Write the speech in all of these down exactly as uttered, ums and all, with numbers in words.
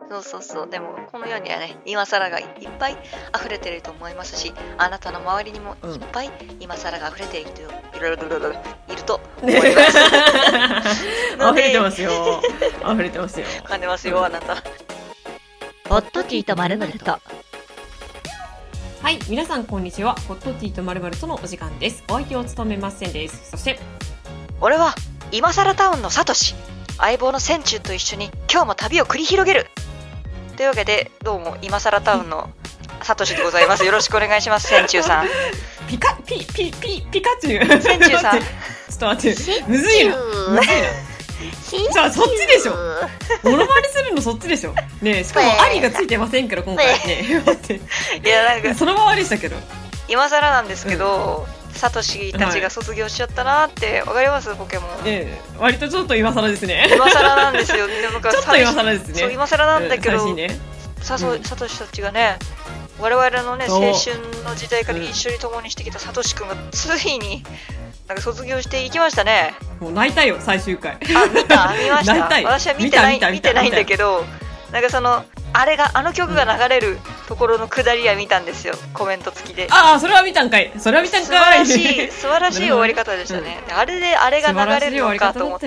そうそうそう。でもこの世にはね、今更がいっぱい溢れていると思いますし、あなたの周りにもいっぱい今更が溢れているといろいろいると思います溢れてますよ。溢れてますよ。 噛んでますよ、あなた。 ホットティーとまるまると。 はい、皆さんこんにちは。ホットティーとまるまるとのお時間です。お相手を務めますせんです。そして俺は今更タウンのサトシ、相棒のセンチューと一緒に今日も旅を繰り広げるというわけで、どうも今更タウンのサトシでございます。よろしくお願いします、センチューさん。 ピカピピピピカチュウ。 センチューさん。 ちょっと待って、むずいな。むずいな。じゃあそっちでしょ。モノマネするのそっちでしょ。ねえ、しかもアリがついてませんから今回ね。待って。 いやなんかそのままでしたけど。 今更なんですけど、うん、サトシたちが卒業しちゃったなってわかります？ポケモン。 ええ、割とちょっと今更ですね。 今更なんですよ。でもちょっと今更ですね。 そう今更なんだけど、 うんね、 サトシたちがね、我々のね青春の時代から一緒に共にしてきたサトシ君がついになんか卒業していきましたね。 もう泣いたよ最終回。 あ、見た見ました。私は見てない見てないんだけど、なんかそのあれがあの曲が流れるところの下りは見たんですよ、コメント付きで。 ああ、それは見たんかい。それは見たんかい。 素晴らしい素晴らしい終わり方でしたね。うん、あれであれが流れるのかと思って、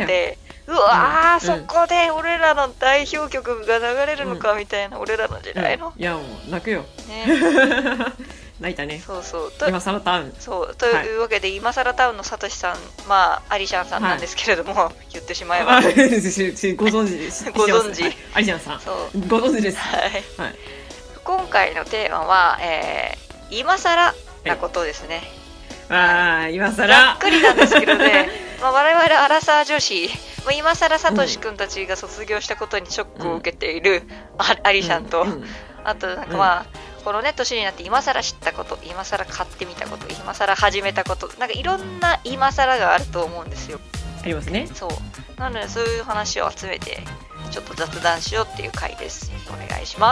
うわー、うん、そこで俺らの代表曲が流れるのかみたいな、うん、俺らの時代の、 うん、いやもう泣くよ。ね。泣いたね。 そうそう。 今更タウン。 そうというわけで、はい、今更タウンのサトシさん、まあアリシャンさんなんですけれども、はい、言ってしまえば。 ご存知です。 ご存知。 アリシャンさん。そうご存知です。 はい。はい、今回のテーマは、えー、今更なことですね。 ああ、今更。 ざっくりなんですけどね。まあ我々アラサー女子、まあ、今更サトシ君たちが卒業したことにショックを受けている、うん、アリシャンと、うん、あとなんかまあ。うんこのね年になって今更知ったこと、今更買ってみたこと、今更始めたこと、なんかいろんな今更があると思うんですよ。 ありますね。 そうなのでそういう話を集めてちょっと雑談しようっていう回です。お願いします。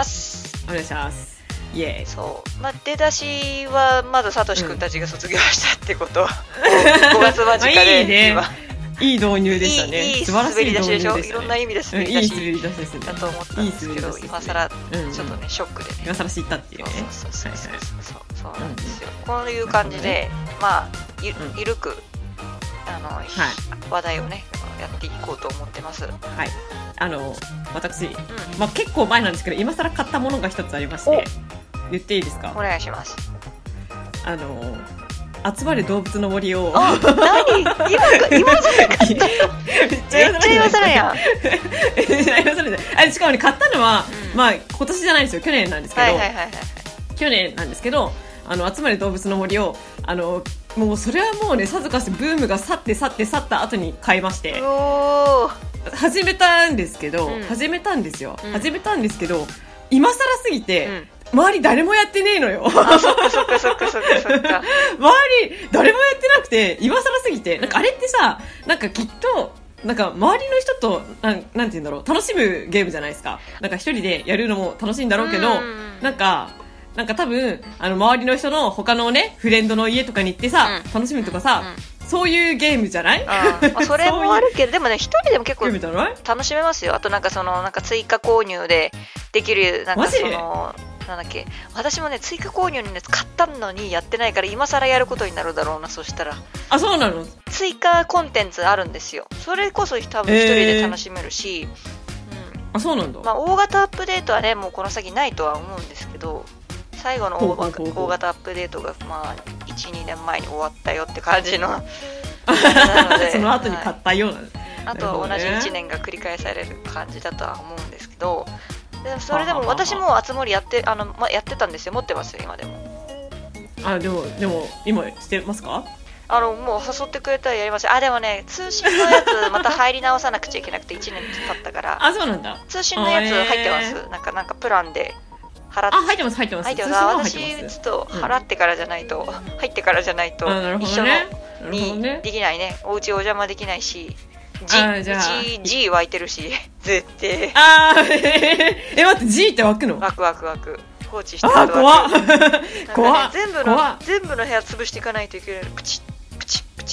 お願いします。イエーイ。 そうまあ出だしはまずサトシ君たちが卒業したってこと、うん、ごがつ間近で、 いいね、いい導入でしたね。 いい素晴らしい滑り出しでしょ。 ね、 いろんな意味で滑り出し、 うん、いい滑り出しですね。 だと思ったんですけど、いい今更ちょっとね、うん、ショックでね。 今更知ったっていうね。 そうそうそうそうそうそうなんですよ。こういう感じで、まあゆゆるくあの、はい、話題をねやっていこうと思ってます。 はい。あの私、うん、まあ結構前なんですけど、今更買ったものが一つありまして、言っていいですか？ お願いします。 あの。集まる動物の森を。 あ、何？今か今更買ったの？めっちゃ今更やん。 あ、しかもね買ったのは、うん、まあ今年じゃないんですよ。去年なんですけど。 はいはいはいはい、 去年なんですけど、あの集まる動物の森をあのもうそれはもうねさぞかしブームが去って去って去った後に買いまして。 お始めたんですけど、うん、始めたんですよ、うん。始めたんですけど、今更すぎて。うん周り誰もやってねえのよ。 あ、そっかそっかそっかそっかそっか。 周り誰もやってなくて今更すぎて、なんかあれってさ、なんかきっとなんか周りの人となんなんて言うんだろう、楽しむゲームじゃないですか。なんか一人でやるのも楽しいんだろうけど、なんかなんか多分あの周りの人の他のねフレンドの家とかに行ってさ、うん、楽しむとかさ。うんうんそういうゲームじゃない？ あまあ、それもあるけどでもね一人でも結構楽しめますよ。あとなんかそのなんか追加購入でできるなんかそのなんだっけ、私もね追加購入に、ね、買ったのにやってないから今更やることになるだろうな。そしたらあそうなの追加コンテンツあるんですよ。それこそ多分一人で楽しめるし、えーうん、あそうなんだ、 まあ、大型アップデートはねもうこの先ないとは思うんですけど最後の 大, 大型アップデートがまあ いち,に 年前に終わったよって感じのなのでその後に買ったような、はい、 あと同じいちねんが繰り返される感じだとは思うんですけどでそれでも私もあつ森やってあの、ま、やってたんですよ。持ってますよ今でも。 あでもでも今してますか？ あのもう誘ってくれたらやります。あでもね通信のやつまた入り直さなくちゃいけなくていちねん経ったからあそうなんだ。 通信のやつ入ってます、えー、なんかなんかプランで払って。 あ入ってます入ってます入ってます。私ちょっと払ってからじゃないと、うん、入ってからじゃないと一緒のにできないね。お家お邪魔できないしG, G, G 湧いてるし絶対あーえ待って G って湧くの？ 湧く湧く湧く放置してると湧く。怖っ怖っ、ね、全部の全部の部屋潰していかないといけない。プチップチップチッって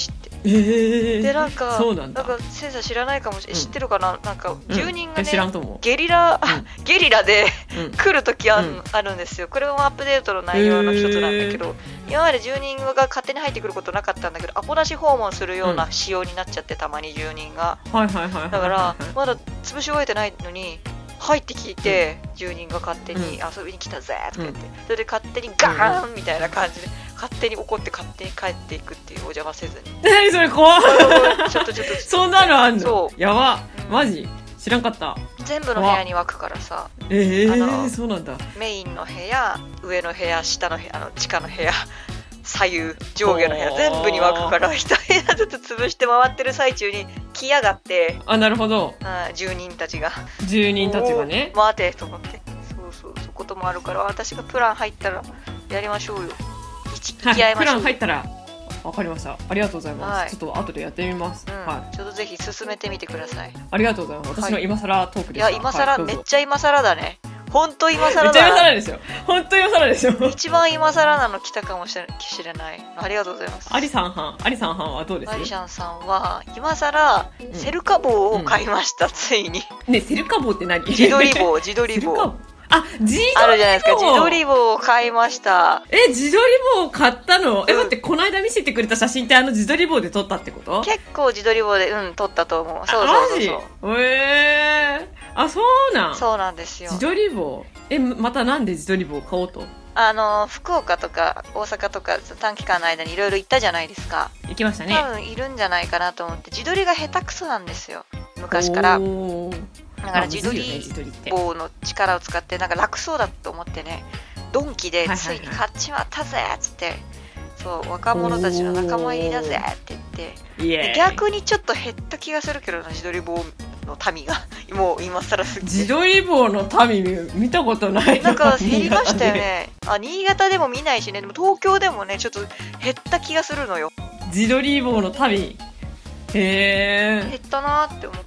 えー、 でなんかそうなんだ。 なんか先生知らないかもしれ、うん、知ってるかな、なんか住人がね、 うん、知らんと思う。 ゲリラ、うん、ゲリラで、うん、来るときあ,、うん、あるんですよ。これもアップデートの内容の一つなんだけど、えー、今まで住人が勝手に入ってくることなかったんだけど、アポなし訪問するような仕様になっちゃって、たまに住人が、 はいはいはい、 だからまだ潰し終えてないのに入ってきて、うん、住人が勝手に遊びに来たぜとか言って、うん、それで勝手にガーンみたいな感じで勝手に怒って勝手に帰っていくっていう、お邪魔せずに。 何それ怖い。 ちょっとちょっとそんなのあんの？ そうやば、マジ知らんかった。 全部の部屋に湧くからさ、 えー、そうなんだ。 メインの部屋、上の部屋、下の部屋、あの地下の部屋、左右上下の部屋全部に湧くから、一部屋ずつ潰して回ってる最中に来やがって。 あ、なるほど。 あ、住人たちが住人たちがね、 待てと思って、そうそうそうこともあるから、私がプラン入ったらやりましょうよ。 はい、プラン入ったらわかりました。ありがとうございます、はい、ちょっと後でやってみます、 うん、はい、ちょっとぜひ進めてみてください。 ありがとうございます。私の今更トークでした。 いや今更、はい、めっちゃ今更だね。本当今更だ。 めっちゃ今更ですよ。本当今更ですよ。 一番今更なの来たかもしれない。ありがとうございます。 アリさんはん、アリさんはんはどうですか？ アリシャンさんは今更セルカ棒を買いました、うん、ついに。 ね、セルカ棒って何？ 自撮り棒、自撮り棒。 あ、自撮り棒あるじゃないですか。自撮り棒を買いました。 え、自撮り棒を買ったの？うん、え、待って、この間見せてくれた写真ってあの自撮り棒で撮ったってこと？ 結構自撮り棒で、うん、撮ったと思う。そうそうそうそう。 マジ？えー、あ、そうなん？ そうなんですよ。 自撮り棒。え、またなんで自撮り棒を買おうと？ あの、福岡とか大阪とか短期間の間にいろいろ行ったじゃないですか。 行きましたね。 多分いるんじゃないかなと思って、自撮りが下手くそなんですよ。昔から。だから自撮り棒の力を使ってなんか楽そうだと思ってね、ドンキでついに買っちまったぜっつって、そう若者たちの仲間入りだぜって言って、逆にちょっと減った気がするけどな、自撮り棒の民がもう今更すぎて。 自撮り棒の民見たことない。 なんか減りましたよね。あ、新潟でも見ないしね、でも東京でもねちょっと減った気がするのよ。 自撮り棒の民、へー、 減ったなって思って。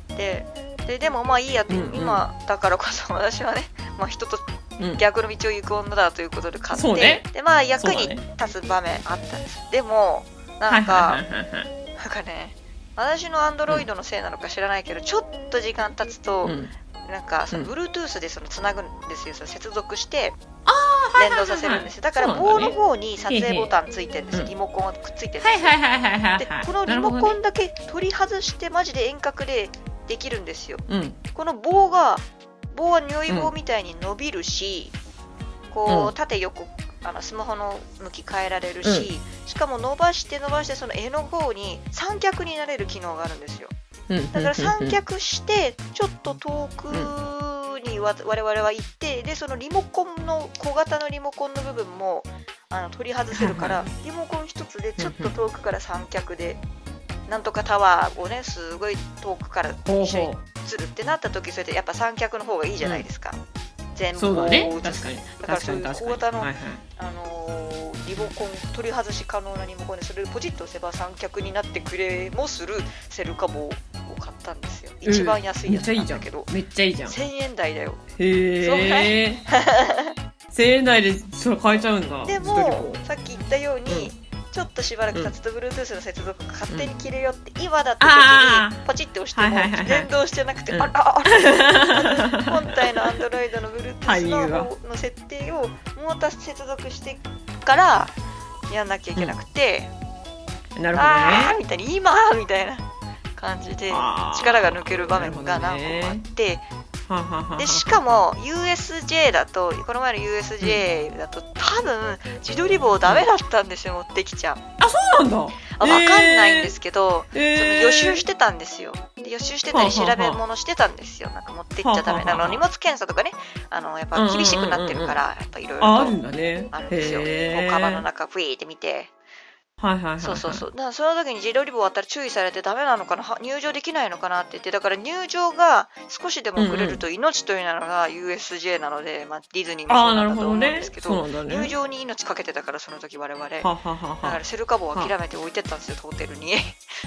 で, でもまあいいやって、うんうん、今だからこそ私はね、まあ、人と逆の道を行く女だということで買って、うんね、でまあ役に立つ場面あったんです、ね、でもなんか、なんかね、私のアンドロイドのせいなのか知らないけど、ちょっと時間経つと、うん、なんかその Bluetooth でそのつなぐんですよ、その接続して連動させるんですよ。だから棒の方に撮影ボタンついてるんですよ、リモコンがくっついてるんですよ。でこのリモコンだけ取り外してマジで遠隔でできるんですよ、うん、この棒が棒は如意棒みたいに伸びるし、うん、こう縦横あのスマホの向き変えられるし、うん、しかも伸ばして伸ばしてその絵の方に三脚になれる機能があるんですよ、うん、だから三脚してちょっと遠くに我々は行って、でそのリモコンの小型のリモコンの部分もあの取り外せるから、リモコン一つでちょっと遠くから三脚でなんとかタワーをねすごい遠くから一緒に映るってなった時、それでやっぱ三脚の方がいいじゃないですか、うん、全部を映す。だからそういう小型の、はいはい、あのー、リモコン取り外し可能なリモコンでそれをポチッと押せば三脚になってくれもするセルカ棒を買ったんですよ。一番安いやつなんだけど、 うん、めっちゃいいじゃん。 せんえん台だよ。 へえ。せんえん台でそれ買えちゃうんだ。 でもさっき言ったように、うんちょっっとしばらく経つと Bluetooth の接続が勝手に切れよって、うん、今だった時にポチッて押しても連動してなくて、あらあら本体の Android の Bluetooth の, の設定をもうた接続してからやんなきゃいけなくて、 うん、なるほどね、 あーみたいに今みたいな感じで力が抜ける場面が何個もあって、でしかも ユーエスジェー だとこの前の ユーエスジェー だと多分自撮り棒ダメだったんですよ、持ってきちゃう。 あ、そうなんだ。 あ、分かんないんですけど、えー、その予習してたんですよ。で予習してたり調べ物してたんですよ。なんか持ってっちゃダメなの、荷物検査とかね、あのやっぱ厳しくなってるから、やっぱいろいろとあるんだね。あるんですよ。こうカバンの中フィーって見て。 はいはいはいはい、 そうそうそう。だからその時に自撮り棒あったら注意されてダメなのかな、入場できないのかなって言って、だから入場が少しでも遅れると命というのが ユーエスジェー なので、まあ、ディズニーもそうなんだと思うんですけ ど, ど、ねね、入場に命かけてたからその時我々はははだからセルカ棒を諦めて置いてったんですよ、ホテルに。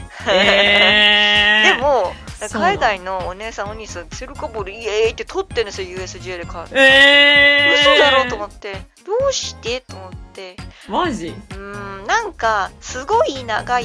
えー、でも海外のお姉さんお兄さんセルカ棒でイエーイって撮ってるんですよ、 ユーエスジェー で買う、えー、嘘だろうと思って、どうしてと思って、 マジうーんなんかすごい長い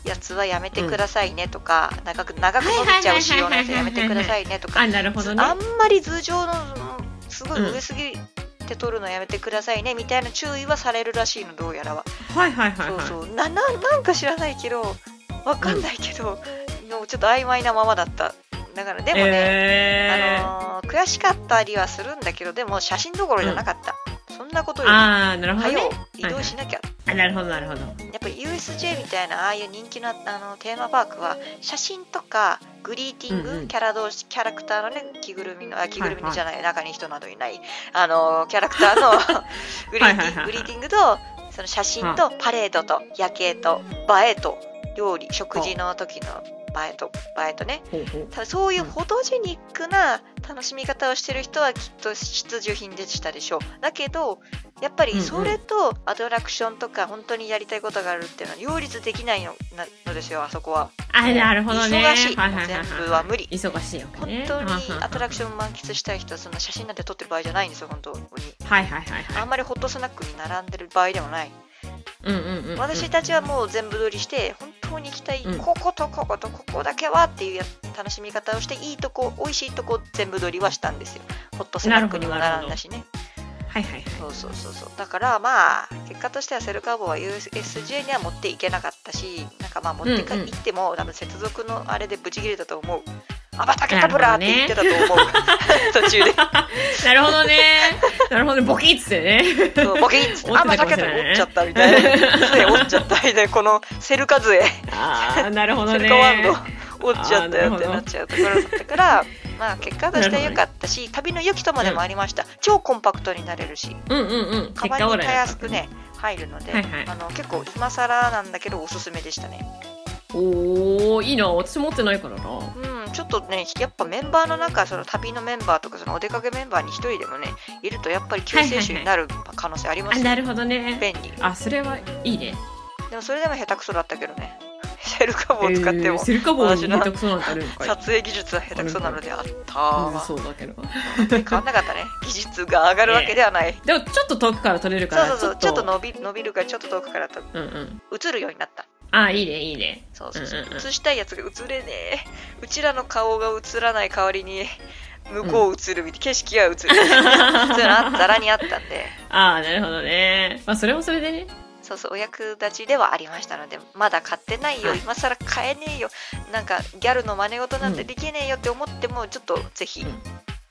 やつはやめてくださいねとか、うん、長く長く伸びちゃう仕様のやつやめてくださいねとか、 あ、なるほどね、 あんまり頭上のすごい上すぎて撮るのやめてくださいねみたいな注意はされるらしいの、どうやらは。 はいはいはい、はい、 そうそう、な、な、なんか知らないけどわかんないけど、うん、もうちょっと曖昧なままだった。だからでもね、えー、あのー、悔しかったりはするんだけど、でも写真どころじゃなかった、うん、そんなことよりあー、なるほどね、 はよ移動しなきゃ、 はいはい、あ、なるほどなるほど。 やっぱり ユーエスジェー みたいなああいう人気の、あのテーマパークは写真とかグリーティング、うんうん、キャラ同士、キャラクターのね、着ぐるみの、あ、着ぐるみじゃない、はいはい、中に人などいないあのキャラクターのグリーティング、グリーティングとその写真とパレードと夜景と映えと料理、食事の時の映えと映えとね、ほうほう、多分そういうフォトジェニックな楽しみ方をしてる人はきっと必需品でしたでしょう。だけどやっぱりそれとアトラクションとか本当にやりたいことがあるっていうのは両立できないののですよ、あそこは。 あ、なるほどね。 忙しい、 はいはいはいはい、 全部は無理。 忙しいよね。 本当にアトラクションを満喫したい人はその写真なんて撮ってる場合じゃないんですよ、本当に。 はいはいはい、はい、 あんまりホットスナックに並んでる場合でもない。 うんうんうんうん、 私たちはもう全部撮りして本当に行きたい、うん、こことこことここだけはっていう楽しみ方をして、いいとこ美味しいとこ全部撮りはしたんですよ。ホットスナックにも並んだしね。 はいはいはい。 そうそうそうそう。だからまあ結果としてはセルカーボは ユーエスジェー には持っていけなかったし、なんかまあ持ってか、うんうん、行っても多分接続のあれでブチ切れたと思う。アバタケタブラーって言ってたと思う、ね、途中でなるほどね、なるほどね、ボキッつってね、 そうボキッつってアバタケタブ折っちゃったみたいな、杖折っちゃったみたいな、このセルカ杖、 あー、なるほどね、 セルカワンド折っちゃったよってなっちゃうところだったから、まあ結果としては良かったし、旅の良きともでもありました、うん、超コンパクトになれるし、 うんうんうん、 カバンにたやすくね入るので、 はいはい、 あの結構今更なんだけどおすすめでしたね。 おー、いいな、私持ってないからな。 うん、ちょっとね、やっぱメンバーの中、その旅のメンバーとかそのお出かけメンバーに一人でもねいるとやっぱり救世主になる可能性あります、ね、 はいはいはい、あ、なるほどね、 便利。 あ、それはいいね。 でもそれでも下手くそだったけどね、セルカボを使っても、えー、セルカボは下手くそなんてあるのかい。 撮影技術は下手くそなのであったー、 うん、そうだけど変わんなかったね、技術が上がるわけではない、 えー、でもちょっと遠くから撮れるから、 そうそうそう、ちょっと伸び伸びるからちょっと遠くから撮る、うんうん、映るようになった。 あ、いいねいいね。 そうそうそう、うんうんうん、映したいやつが映れねえ、うちらの顔が映らない代わりに向こう映るみたいな、うん、景色が映るそういうのざらにあったんで、 ああ、なるほどね、まあそれもそれでね、 そうそう、お役立ちではありましたので、まだ買ってないよ、はい、今更買えねえよ、なんかギャルの真似事なんてできねえよって思っても、ちょっとぜひ、うん、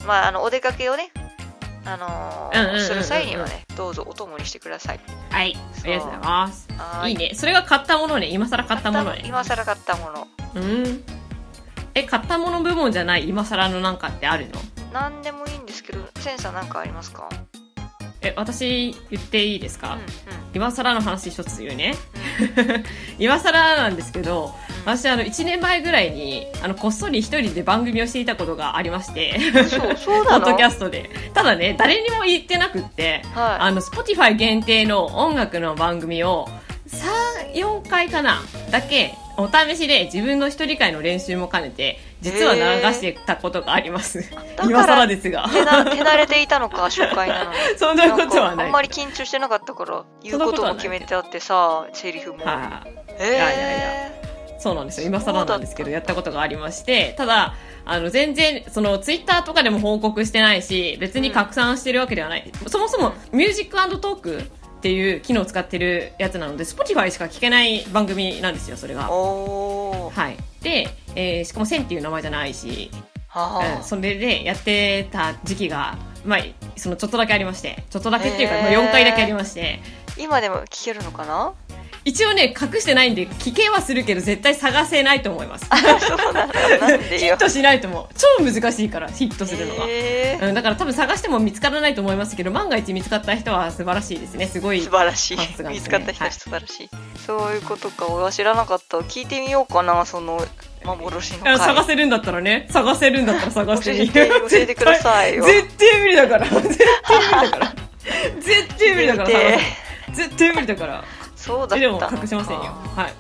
まああのお出かけをね、あのーうんうんうんうん、する際にはね、どうぞお供にしてください。 はい、ありがとうございます。いいね、それが買ったものね、今更買ったものね。 今更買ったもの。 うん。え、買ったもの部門じゃない今更のなんかってあるの？ なんでもいいんですけど、センさんなんかありますか？ え、私言っていいですか？うんうん、今更の話一つ言うね。 うん、 今更なんですけど、私あのいちねんまえぐらいにあのこっそり一人で番組をしていたことがありましてそうそうなのポッドキャストで、ただね誰にも言ってなくって、はい、あの Spotify 限定の音楽の番組をさん、よんかいかなだけお試しで自分の一人会の練習も兼ねて実は流してたことがあります、今更ですが手な手慣れていたのか初回なのにそんなことはない、 あんまり緊張してなかったから言うことも決めてあってさ、セリフも、 はあ、えー、いやいやいや、そうなんですよ、今更なんですけどやったことがありまして、ただあの全然そのツイッターとかでも報告してないし別に拡散してるわけではない、うん、そもそもミュージック&トークっていう機能を使ってるやつなので Spotify しか聞けない番組なんですよ、それが。 おー、 はい。で、えー、しかもセンっていう名前じゃないし、 はあ、 うん、それでやってた時期が、まあ、そのちょっとだけありまして、ちょっとだけっていうか、まあ、よんかいだけありまして、 今でも聞けるのかな？ 一応ね隠してないんで聞けはするけど絶対探せないと思います。 そうなんだ、なんでよ。 ヒットしないと思う、超難しいからヒットするのが、 えーうん、だから多分探しても見つからないと思いますけど、万が一見つかった人は素晴らしいですね、すごい素晴らしい、 ね、 見つかった人は素晴らしい、はい、そういうことか、俺は知らなかった。聞いてみようかな、その幻の回。 探せるんだったらね、探せるんだったら探してみて教えてくださいよ。 絶対無理だから絶対無理だから絶対無理だから探せ絶対無理だからそうだったの。 でも隠しませんよ。はい。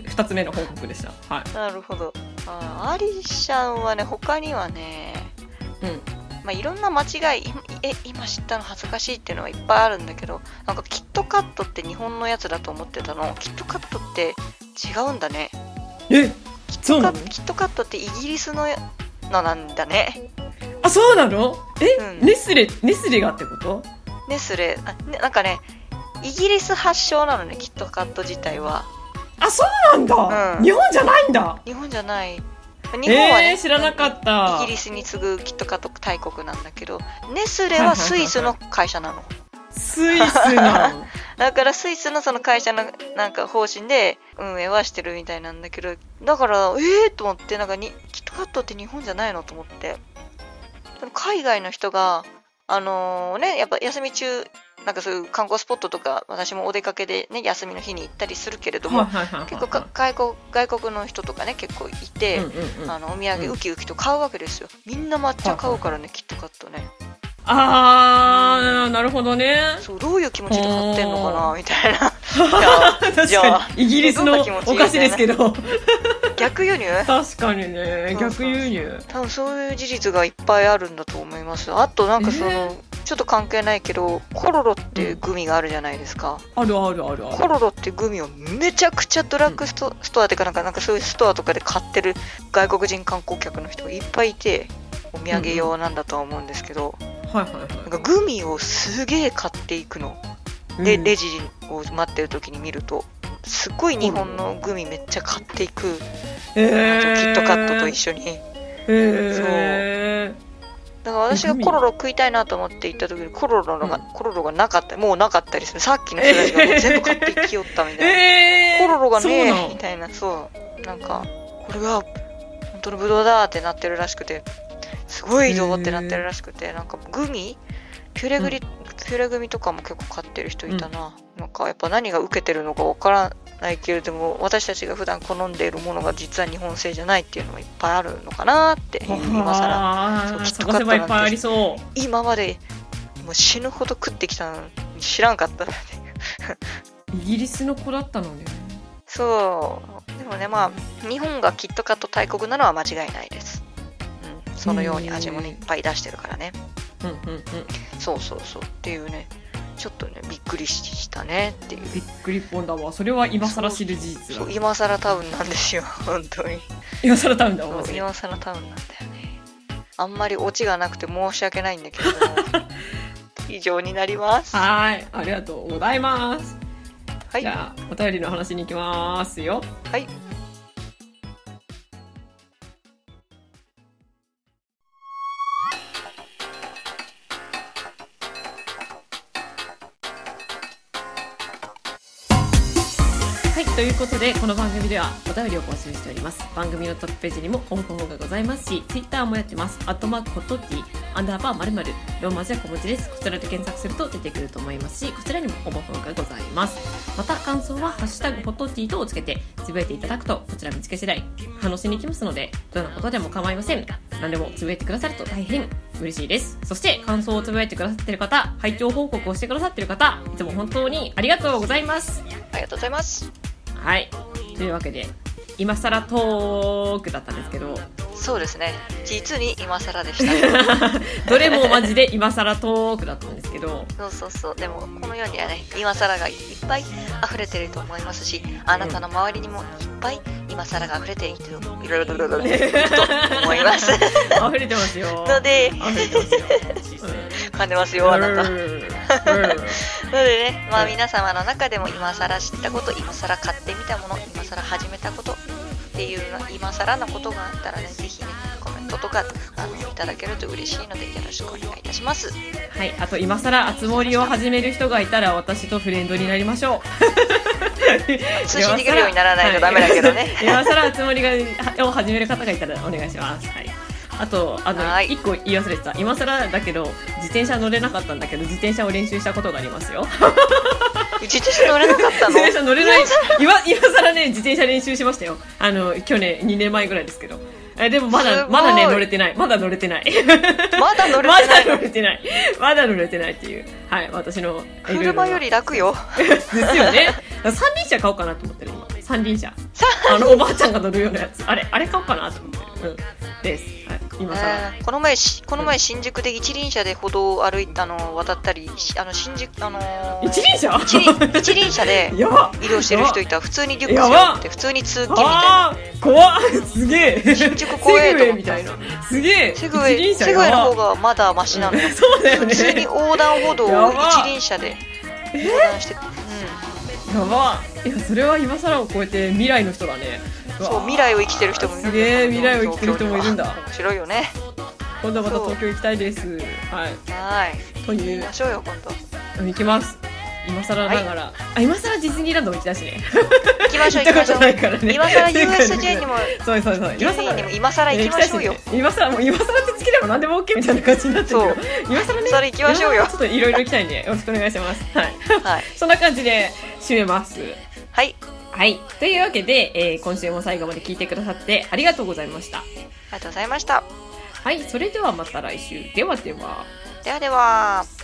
ふたつめの報告でした。はい。 なるほど。あ、アリシャンはね、他にはね、 うん。 まあ、いろんな間違い、え、今知ったの恥ずかしいっていうのはいっぱいあるんだけど、なんかキットカットって日本のやつだと思ってたの。キットカットって違うんだね。 え、そうなの？ キットカットってイギリスののなんだね。 あ、そうなの？え、 うん、 ネスレネスレがってこと？ ネスレ、あ、ね、なんかねイギリス発祥なのね、キットカット自体は。 あ、そうなんだ、うん、日本じゃないんだ。 日本じゃない。日本はね、 えー、知らなかった。 イギリスに次ぐキットカット大国なんだけど、ネスレはスイスの会社なの。 スイスなのだからスイスのその会社のなんか方針で運営はしてるみたいなんだけど、だからええー、と思って、なんかにキットカットって日本じゃないのと思って。海外の人があのー、ね、やっぱ休み中なんかそういう観光スポットとか、私もお出かけでね休みの日に行ったりするけれども、結構外国外国の人とかね結構いて、うんうんうん、あのお土産ウキウキと買うわけですよ。みんな抹茶買うからね、はいはい、キットカットね。 あー、うん、なるほどね。 そう、どういう気持ちで買ってんのかなみたいな。 じゃあ、じゃあイギリスのお菓子ですけど逆輸入。 確かにね、逆輸入。 多分そういう事実がいっぱいあるんだと思います。あとなんかその、えー、ちょっと関係ないけどコロロっていうグミがあるじゃないですか、 うん、あるあるあるある。 コロロってグミをめちゃくちゃドラッグスト、うん、ストアっていうかなんかなんかそういうストアとかで買ってる外国人観光客の人がいっぱいいて、お土産用なんだとは思うんですけど、うんうん、 はいはいはい、 なんかグミをすげえ買っていくの、うん、でレジを待ってる時に見るとすごい日本のグミめっちゃ買っていく、えー、キットカットと一緒に、えー、そうだから私がコロロ食いたいなと思って行った時にコロロが、うん、コロロがなかった、もうなかったりする。さっきの人たちがもう全部買っていきよったみたいな、えー、コロロがねえみたいな、そうなんかこれが本当のブドウだってなってるらしくて、すごいぞってなってるらしくて、なんかグミピュレグリ、うん、ピュレグミとかも結構買ってる人いたな、うん、なんかやっぱ何が受けてるのかわからないけれども、私たちが普段好んでいるものが実は日本製じゃないっていうのもいっぱいあるのかなって今更。 そう、キットカットなんていっぱいありそう。 今までもう死ぬほど食ってきたのに知らんかったイギリスの子だったのね。 そうでもね、まあ日本がキットカット大国なのは間違いないです、うん、そのように味もねいっぱい出してるからね。 うんうんうん、 そうそうそうっていうね、ちょっとねびっくりしたねっていう。 びっくりぽんだわ。それは今更知る事実だ。 そうそう、今更タウンなんですよ本当に。 今更タウンだわ。 今更タウンなんだよね。あんまりオチがなくて申し訳ないんだけど以上になります。 はい、ありがとうございます。 はい、 じゃあお便りの話に行きますよ。 はい。 はい、ということでこの番組ではお便りを募集しております。番組のトップページにも応募フォームがございますし、ツイッターもやってます。アットマークホットティーアンダーバー〇〇ローマ字は小文字です。こちらで検索すると出てくると思いますし、こちらにも応募フォームがございます。また感想はハッシュタグホットティーとをつけてつぶやいていただくと、こちら見つけ次第反応しに行きますので、どんなことでも構いません。何でもつぶやいてくださると大変嬉しいです。そして感想をつぶやいてくださっている方、拝聴報告をしてくださっている方、いつも本当にありがとうございます。 ありがとうございます。 はい、というわけで今更トークだったんですけど、 そうですね、実に今更でしたどれもマジで今更トークだったんですけど、 そうそうそう、でもこの世にはね今更がいっぱい溢れてると思いますし、あなたの周りにもいっぱい今更が溢れていると思います溢れてますよ。 ので溢れてますよ、 噛んでますよあなたなのでね、まあ皆様の中でも今更知ったこと、今更買ってみたもの、今更始めたことっていうの、今更なことがあったらね、ぜひねコメントとかあのいただけると嬉しいのでよろしくお願いいたします。 はい、あと今更あつ森を始める人がいたら私とフレンドになりましょう通信できるようにならないとダメだけどね、はい、 今更あつ森がを始める方がいたらお願いします。はい、あとあのいっこ言い忘れてた。今更だけど自転車乗れなかったんだけど自転車を練習したことがありますよ自転車乗れなかったの？ 自転車乗れない。今今更ね自転車練習しましたよ。あの去年にねんまえぐらいですけど、えでもまだまだね乗れてない。まだ乗れてない。 まだ乗れてない。 まだ乗れてない。まだ乗れてないっていう。はい、私の車より楽よ。 ですよね。三輪車買おうかなと思ってる今。三輪車。あのおばあちゃんが乗るようなやつ。あれあれ買おうかなと思ってる。うん。です。はい。 今さら、 えーこの前しこの前新宿で一輪車で歩道を歩いたのを渡ったり、しあの新宿あのー一輪車一輪一輪車でやば移動してる人いた。普通にリュック背やば負って普通に通勤みたいな。 あー怖っすげえ新宿怖えと思ったセグウェイみたいなすげえセグウェイ一輪車セグウェイの方やばがまだマシなのよ。 そうだよね普通に横断歩道をやば一輪車で横断して、 やばいやそれは今更を超えて未来の人だね。 うん、そう未来を生きてる人もいるんだすげえ未来を生きてる人もいるんだ。 面白いよね。 今度はまた東京行きたいです。はいはいという行きましょうよ今度。 行きます今更ながら、あ今更ディズニーランドも行きたいしね行きましょう行ったこと行きましょうないからね今更 ユーエスジェー にもそうそうそうディズニーにも今更行きましょうよ。 行きたいしね今更もう今更ってつければ何でも OK みたいな感じになってるけど今更ねそれ行きましょうよちょっといろいろ行きたいんでよろしくお願いします。はいはいそんな感じで締めます。 はいはいというわけで、えー今週も最後まで聞いてくださってありがとうございました。 ありがとうございました。 はいそれではまた来週ではではではでは。